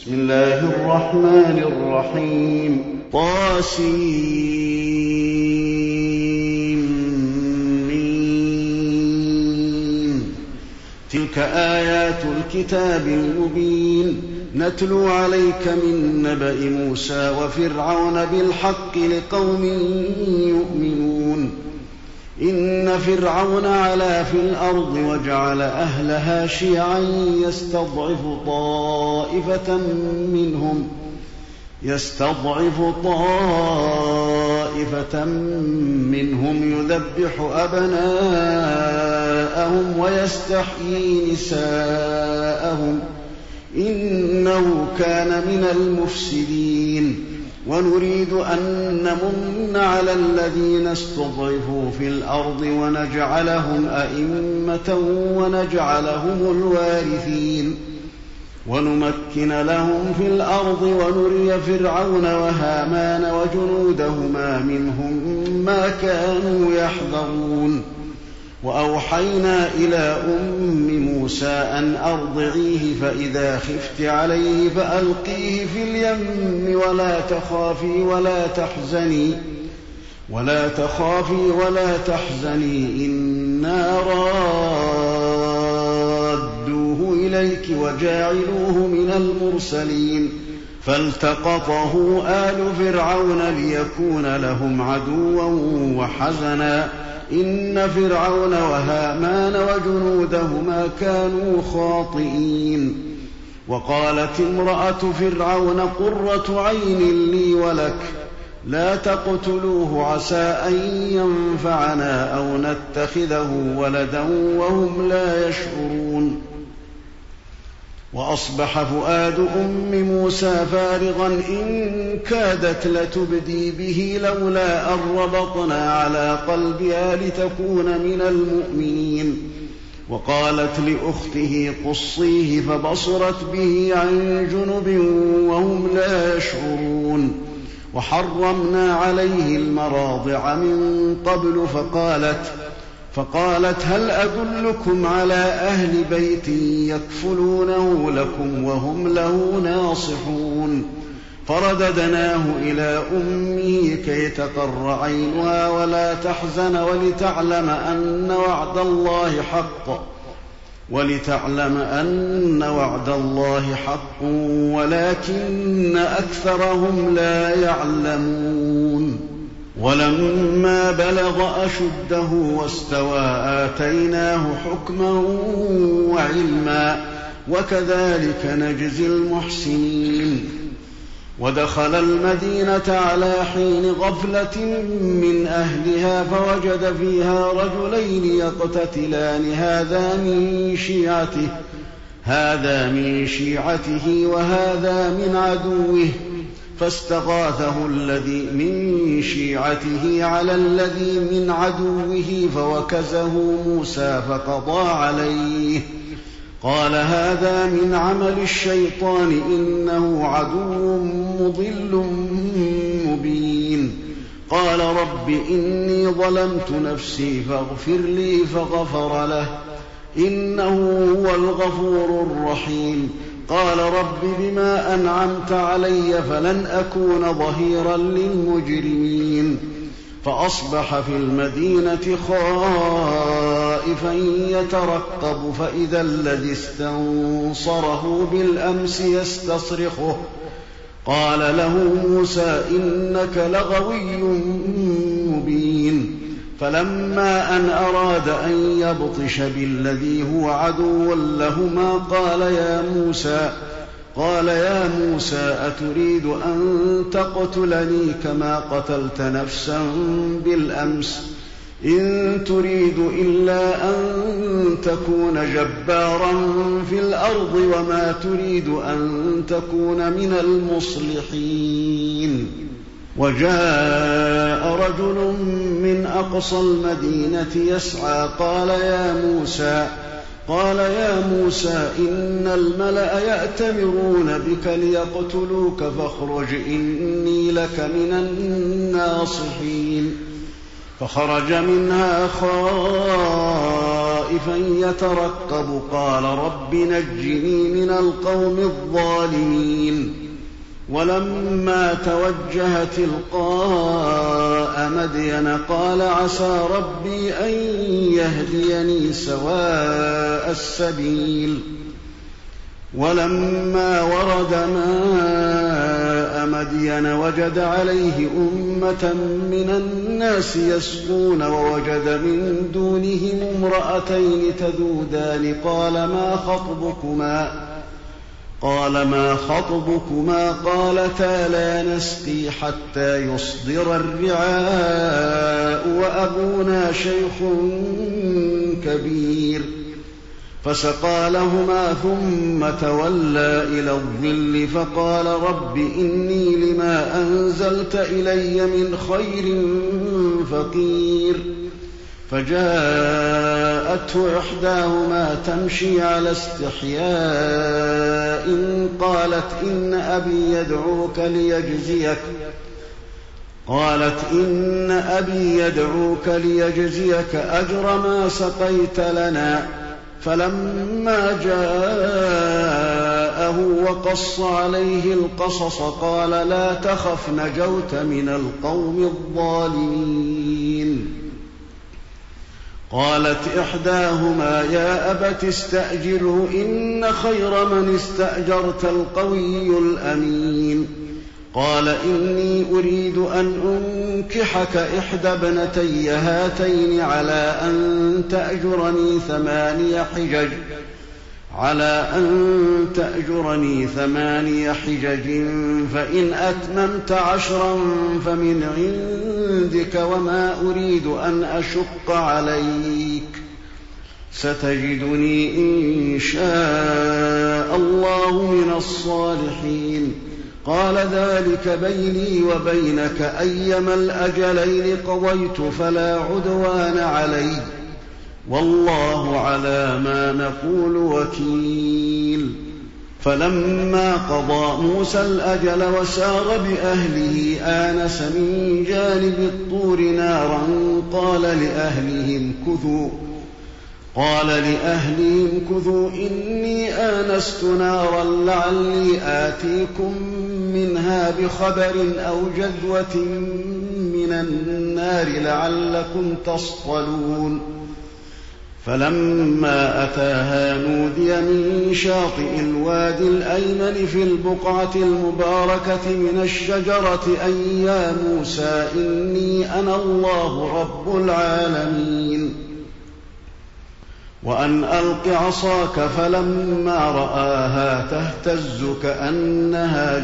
بسم الله الرحمن الرحيم طاسيم تلك آيات الكتاب المبين نتلو عليك من نبأ موسى وفرعون بالحق لقوم يؤمنون إن فرعون علا في الأرض وجعل أهلها شيعا يستضعف طائفة منهم يذبح أبناءهم ويستحيي نساءهم إنه كان من المفسدين ونريد أن نمن على الذين استضعفوا في الأرض ونجعلهم أئمة ونجعلهم الوارثين ونمكن لهم في الأرض ونري فرعون وهامان وجنودهما منهم ما كانوا يحذرون وأوحينا إلى أم موسى أن أرضعيه فإذا خفت عليه فألقيه في اليم ولا تخافي ولا تحزني إنا رادوه إليك وجاعلوه من المرسلين فالتقطه آل فرعون ليكون لهم عدوا وحزنا إن فرعون وهامان وجنودهما كانوا خاطئين وقالت امرأة فرعون قرة عين لي ولك لا تقتلوه عسى أن ينفعنا أو نتخذه ولدا وهم لا يشعرون وأصبح فؤاد أم موسى فارغا إن كادت لتبدي به لولا أن ربطنا على قلبها لتكون من المؤمنين وقالت لأخته قصيه فبصرت به عن جنب وهم لا يشعرون وحرمنا عليه المراضع من قبل فقالت هل أدلكم على أهل بيت يكفلونه لكم وهم له ناصحون فرددناه إلى أمه كي تقر عينها ولا تحزن ولتعلم أن وعد الله حق ولكن أكثرهم لا يعلمون ولما بلغ أشده واستوى آتيناه حكما وعلما وكذلك نجزي المحسنين ودخل المدينة على حين غفلة من أهلها فوجد فيها رجلين يقتتلان هذا من شيعته وهذا من عدوه فاستغاثه الذي من شيعته على الذي من عدوه فوكزه موسى فقضى عليه قال هذا من عمل الشيطان إنه عدو مضل مبين قال رب إني ظلمت نفسي فاغفر لي فغفر له إنه هو الغفور الرحيم قال رب بما أنعمت علي فلن أكون ظهيرا للمجرمين فأصبح في المدينة خائفا يترقب فإذا الذي استنصره بالأمس يستصرخه قال له موسى إنك لغوي مبين فلما أن أراد أن يبطش بالذي هو عدو لهما قال يا موسى أتريد أن تقتلني كما قتلت نفسا بالأمس إن تريد إلا أن تكون جبارا في الأرض وما تريد أن تكون من المصلحين وجاء رجل من أقصى المدينة يسعى قال يا موسى إن الملأ يأتمرون بك ليقتلوك فاخرج إني لك من الناصحين فخرج منها خائفا خائفا يترقب قال رب نجني من القوم الظالمين. ولما توجه تلقاء مدين قال عسى ربي أن يهديني سواء السبيل. ولما ورد ماء مدين وجد عليه أمة من الناس يسقون ووجد من دونهم امرأتين تذودان قال ما خطبكما قالتا لا نسقي حتى يصدر الرعاء وأبونا شيخ كبير. فسقى لهما ثم تولى إلى الظل فقال رب إني لما أنزلت إلي من خير فقير. فجاءته إحداهما تمشي على استحياء قالت إن أبي يدعوك ليجزيك أجر ما سقيت لنا. فلما جاءه وقص عليه القصص قال لا تخف نجوت من القوم الظالمين. قالت إحداهما يا أبت استأجره إن خير من استأجرت القوي الأمين. قال إني أريد أن أنكحك إحدى ابنتي هاتين على أن تأجرني 8 حجج فإن أتممت 10 فمن عندك وما أريد أن أشق عليك ستجدني إن شاء الله من الصالحين. قال ذلك بيني وبينك أيما الأجلين قضيت فلا عدوان علي والله على ما نقول وكيل. فلما قضى موسى الأجل وسار بأهله آنس من جانب الطور نارا قال لأهلهم كثوا إني آنست نارا لعلي آتيكم منها بخبر أو جذوة من النار لعلكم تصطلون. فلما أتاها نودي من شاطئ الوادي الأيمن في البقعة المباركة من الشجرة أن يا موسى إني أنا الله رب العالمين. وأن ألق عصاك فلما رآها تهتز كأنها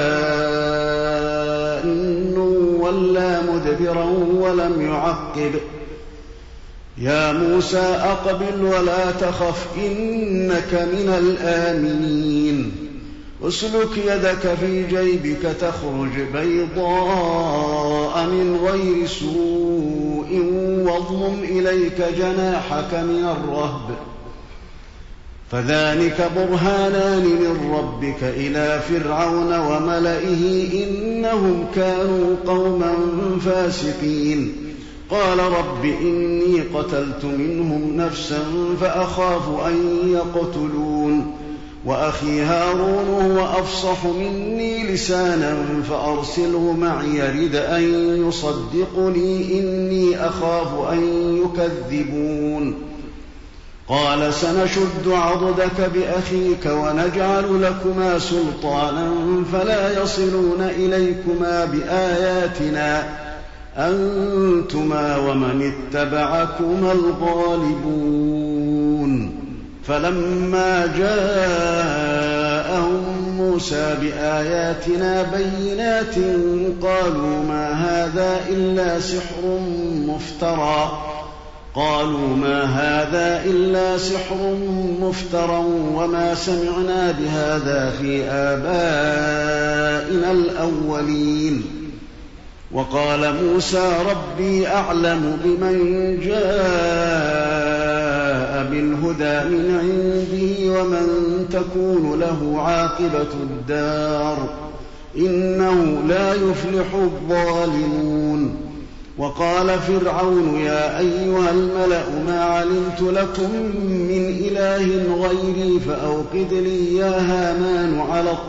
جان ولا مدبرا ولم يعقب. يا موسى أقبل ولا تخف إنك من الآمنين. اسلك يدك في جيبك تخرج بيضاء من غير سوء واضمم إليك جناحك من الرهب فذلك برهانان من ربك إلى فرعون وملئه إنهم كانوا قوما فاسقين. قال رب إني قتلت منهم نفسا فأخاف أن يقتلون وأخي هارون هو أفصح مني لسانا فأرسله معي يرد أن يصدقني إني أخاف أن يكذبون. قال سنشد عضدك بأخيك ونجعل لكما سلطانا فلا يصلون إليكما بآياتنا أنتما ومن اتبعكما الغالبون. فلما جاءهم موسى بآياتنا بينات قالوا ما هذا إلا سحر مفترى وما سمعنا بهذا في آبائنا الأولين. وقال موسى ربي أعلم بمن جاء بالهدى من عنده ومن تكون له عاقبة الدار إنه لا يفلح الظالمون. وقال فرعون يا أيها الملأ ما علمت لكم من إله غيري فأوقد لي يا هامان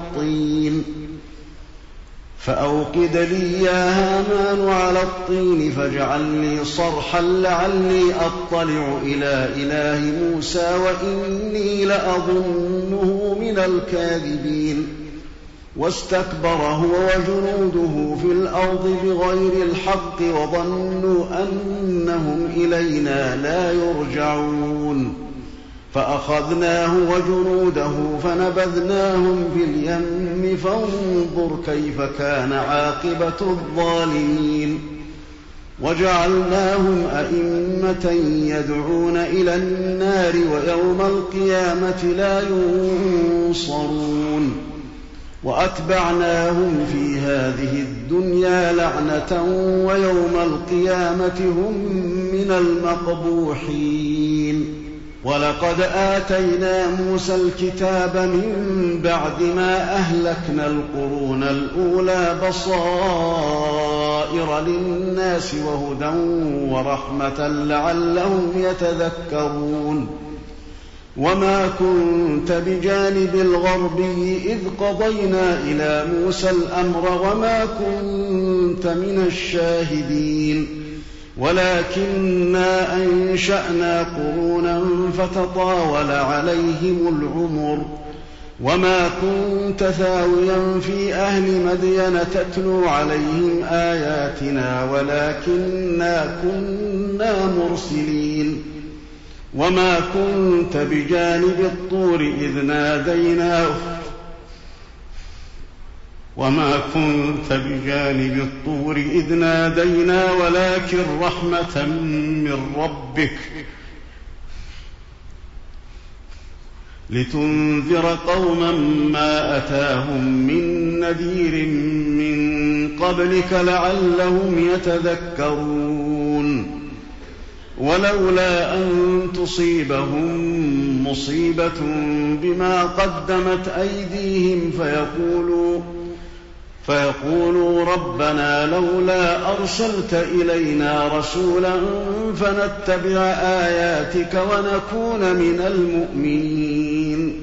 على الطين فاجعل لي صرحا لعلي أطلع إلى إله موسى وإني لأظنه من الكاذبين واستكبر هو وجنوده في الأرض بغير الحق وظنوا أنهم إلينا لا يرجعون فأخذناه وجنوده فنبذناهم في اليم فانظر كيف كان عاقبة الظالمين وجعلناهم أئمة يدعون إلى النار ويوم القيامة لا ينصرون وأتبعناهم في هذه الدنيا لعنة ويوم القيامة هم من المقبوحين ولقد آتينا موسى الكتاب من بعد ما أهلكنا القرون الأولى بصائر للناس وهدى ورحمة لعلهم يتذكرون وما كنت بجانب الغربي إذ قضينا إلى موسى الأمر وما كنت من الشاهدين ولكننا أنشأنا قرونا فتطاول عليهم العمر وما كنت ثاويا في أهل مدين تتلو عليهم آياتنا ولكننا كنا مرسلين وما كنت بجانب الطور إذ نادينا ولكن رحمة من ربك لتنذر قوما ما أتاهم من نذير من قبلك لعلهم يتذكرون ولولا أن تصيبهم مصيبة بما قدمت أيديهم فيقولوا ربنا لولا أرسلت إلينا رسولا فنتبع آياتك ونكون من المؤمنين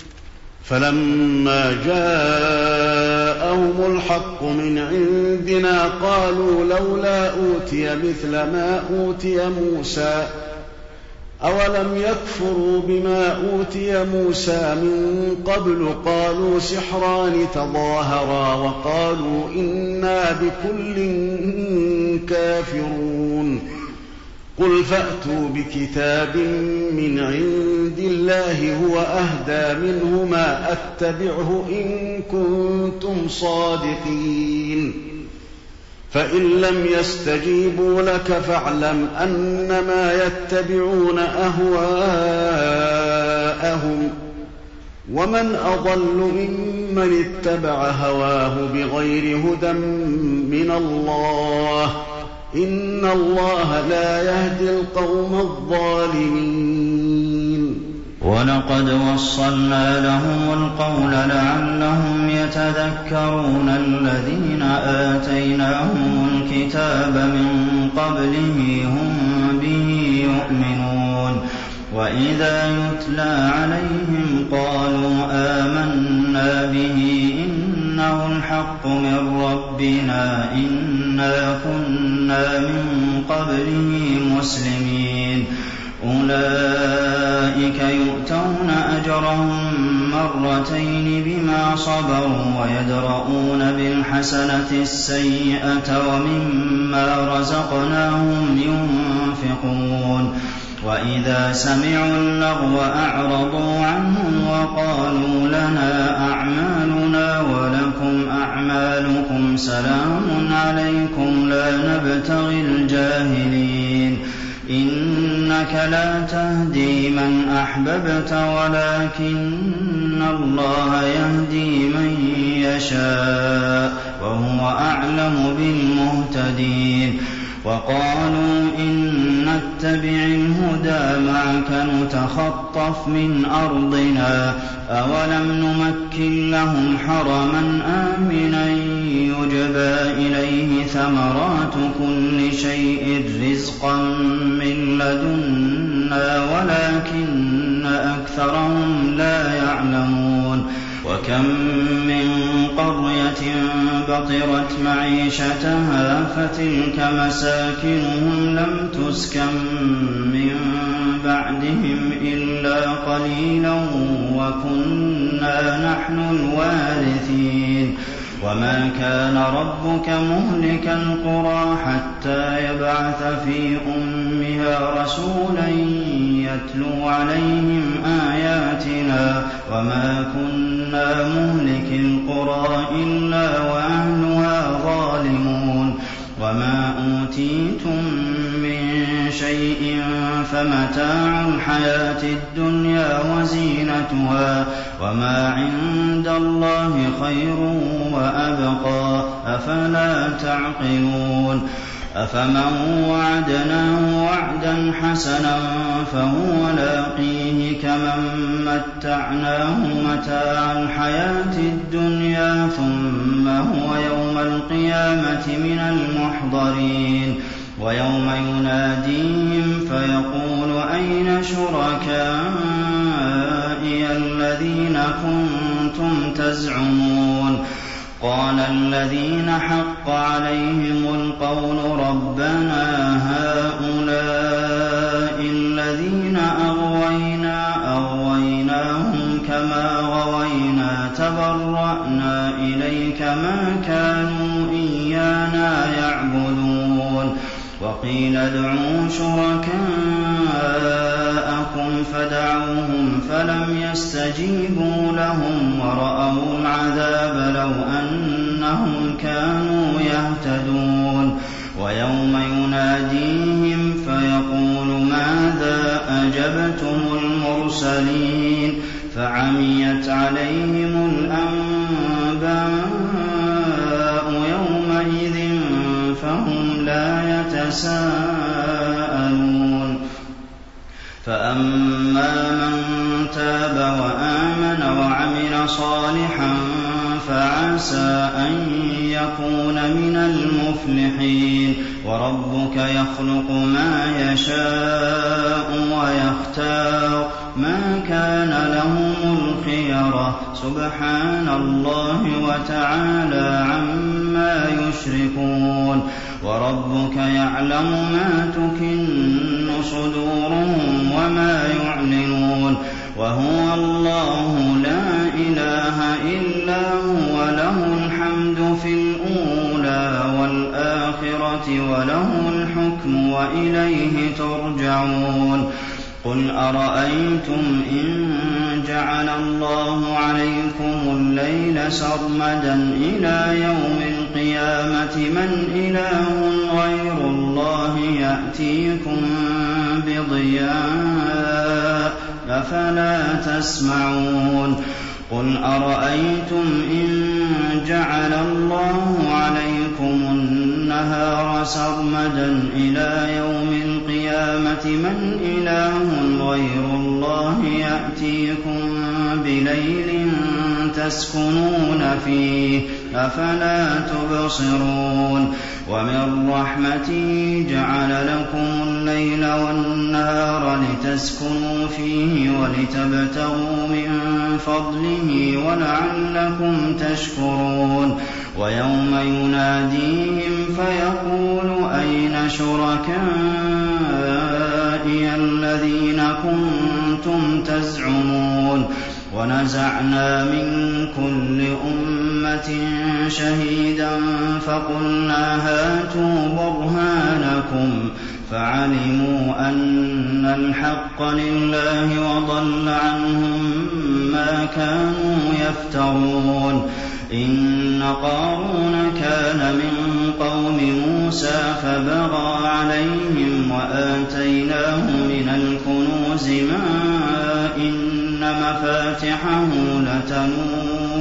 فلما جاءهم الحق من عندنا قالوا لولا أوتي مثل ما أوتي موسى أولم يكفروا بما أوتي موسى من قبل قالوا سحران تظاهرا وقالوا إنا بكل كافرون قل فأتوا بكتاب من عند الله هو أهدى منهما أتبعه إن كنتم صادقين فإن لم يستجيبوا لك فاعلم أنما يتبعون أهواءهم ومن أضل ممن اتبع هواه بغير هدى من الله إن الله لا يهدي القوم الظالمين ولقد وصلنا لهم القول لعلهم يتذكرون الذين آتيناهم الكتاب من قبله هم به يؤمنون وإذا يتلى عليهم قالوا آمنا به إنه الحق من ربنا إنا كنا من قبله مسلمين أولئك يؤتون أجرهم مرتين بما صبروا ويدرؤون بالحسنة السيئة ومما رزقناهم ينفقون وإذا سمعوا اللغو أعرضوا عنه وقالوا لنا أعمالنا ولكم أعمالكم سلام عليكم لا نبتغي الجاهلين إنك لا تهدي من أحببت ولكن الله يهدي من يشاء وهو أعلم بالمهتدين وقالوا إن نتبع الهدى معك نتخطف من أرضنا أولم نمكن لهم حرما آمنا يجبى إليه ثمرات كل شيء رزقا من لدنا ولكن أكثرهم لا يعلمون وكم من قرية بطرت معيشتها فتلك مساكنهم لم تسكن من بعدهم إلا قليلا وكنا نحن الوارثين وما كان ربك مهلك القرى حتى يبعث في أمها رسولا يتلو عليهم آياتنا وما كنا مهلك القرى إلا وأهلها ظالمون وما أوتيتم من شيء فمتاع الحياة الدنيا وزينتها وما عند الله خير وأبقى أفلا تعقلون أفمن وعدناه وعدا حسنا فهو لاقيه كمن متعناه متاع الحياة الدنيا ثم هو يوم القيامة من المحضرين ويوم يناديهم فيقول أين شركائي الذين كنتم تزعمون قال الذين حق عليهم القول ربنا هؤلاء الذين أغويناهم كما غوينا تبرأنا إليك ما كانوا إيانا يعبدون وقيل ادعوا شركاءكم فدعوهم فلم يستجيبوا لهم ورأوا العذاب لو أنهم كانوا يهتدون ويوم يناديهم فيقول ماذا أجبتم المرسلين فعميت عليهم الأنباء يومئذ فهم لا يتساءلون فأما من تاب وآمن وعمل صالحا فعسى أن يكون من المفلحين وربك يخلق ما يشاء ويختار ما كان لهم الخيرة سبحان الله وتعالى عما يشركون وربك يعلم ما تكن صدورهم وما يعلنون وهو الله لا إله إلا هو له الحمد في الأولى والآخرة وله الحكم وإليه ترجعون قل أرأيتم إن جعل الله عليكم الليل سرمدا إلى يوم القيامة من إله غير الله يأتيكم بضياء أفلا تسمعون قل أرأيتم إن جعل الله عليكم النهار سرمدا إلى يوم القيامة من إله غير الله يأتيكم بليل تسكنون فيه أفلا تبصرون ومن رحمته جعل لكم الليل والنهار لتسكنوا فيه ولتبتغوا من فضله ولعلكم تشكرون ويوم يناديهم فيقول أين شركائي الذين كنتم تزعمون ونزعنا من كل أمة شهيدا فقلنا هاتوا برهانكم فعلموا أن الحق لله وضل عنهم ما كانوا يفترون إن قارون كان من قوم موسى فبغى عليهم وآتيناه من الكنوز ما إن مفاتحه لتنوء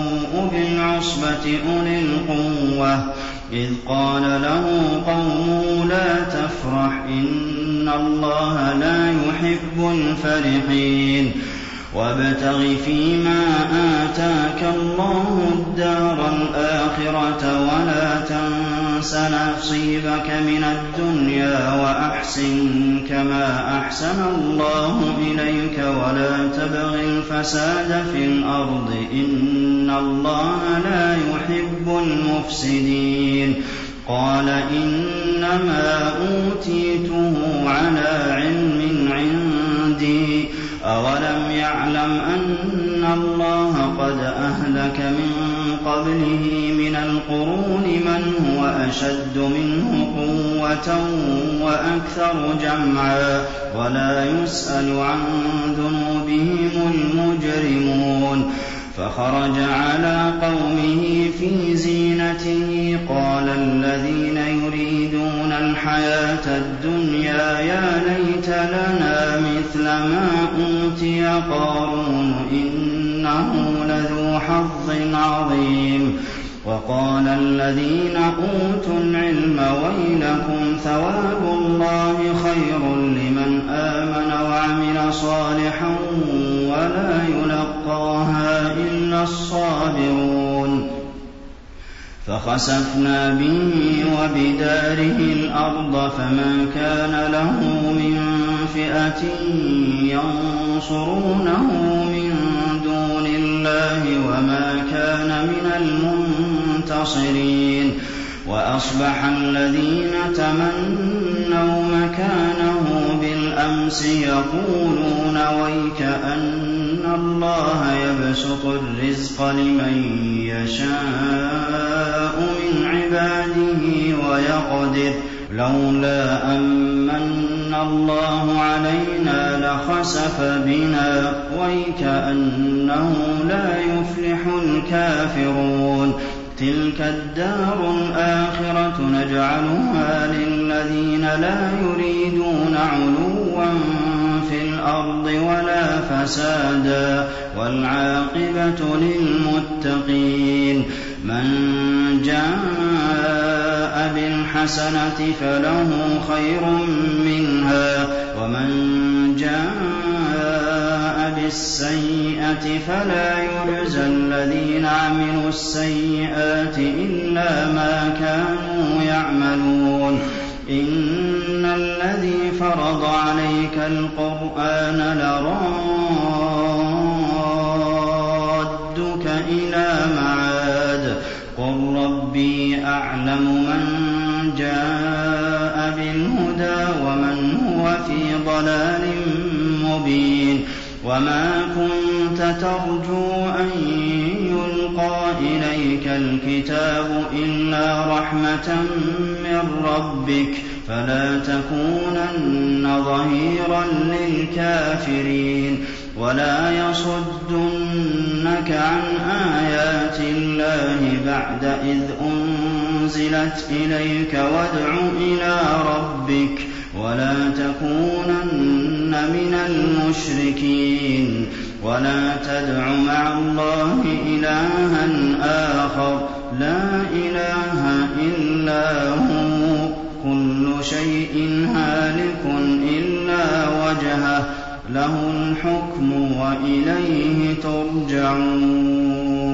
بالعصبة أولي القوة إذ قال له قومه لا تفرح إن الله لا يحب الفرحين وابتغ فيما آتاك الله الدار الآخرة ولا تنس نصيبك من الدنيا وأحسن كما أحسن الله إليك ولا تبغ الفساد في الأرض إن الله لا يحب المفسدين قال إنما أوتيته على علم عندي أولم يعلم أن الله قد أهلك من قبله من القرون من هو أشد منه قوة وأكثر جمعا ولا يسأل عن ذنوبهم المجرمون فخرج على قومه في زينته قال الذين يريدون الحياة الدنيا يا ليت لنا مثل ما أوتي قارون إنه لذو حظ عظيم وقال الذين أوتوا العلم ويلكم ثواب الله خير لمن آمن وعمل صالحا ولا يلقاها إلا الصابرون فخسفنا به وبداره الأرض فما كان له من فئة ينصرونه من دون الله وما كان من المنتصرين وأصبح الذين تمنوا مكانه بالأمس يقولون ويكأن الله يبسط الرزق لمن يشاء من عباده ويقدر لولا أمن الله علينا لخسف بنا ويكأنه لا يفلح الكافرون تلك الدار الآخرة نجعلها للذين لا يريدون علوا في الأرض ولا فسادا والعاقبة للمتقين من جاء بالحسنة فله خير منها ومن جاء بالسيئة فلا يجزى الذين عملوا السيئات إلا ما كانوا يعملون إن الذي فرض عليك القرآن لرادك إلى معاد قل ربي أعلم من جاء بالهدى ومن هو في ضلال مبين وما كنت ترجو أن يلقى إليك الكتاب إلا رحمة من ربك فلا تكونن ظهيرا للكافرين ولا يصدنك عن آيات الله بعد إذ أنزلت إليك وادع إلى ربك ولا تكونن من المشركين ولا تدع مع الله إلها آخر لا إله إلا هو كل شيء هالك إلا وجهه له الحكم وإليه ترجعون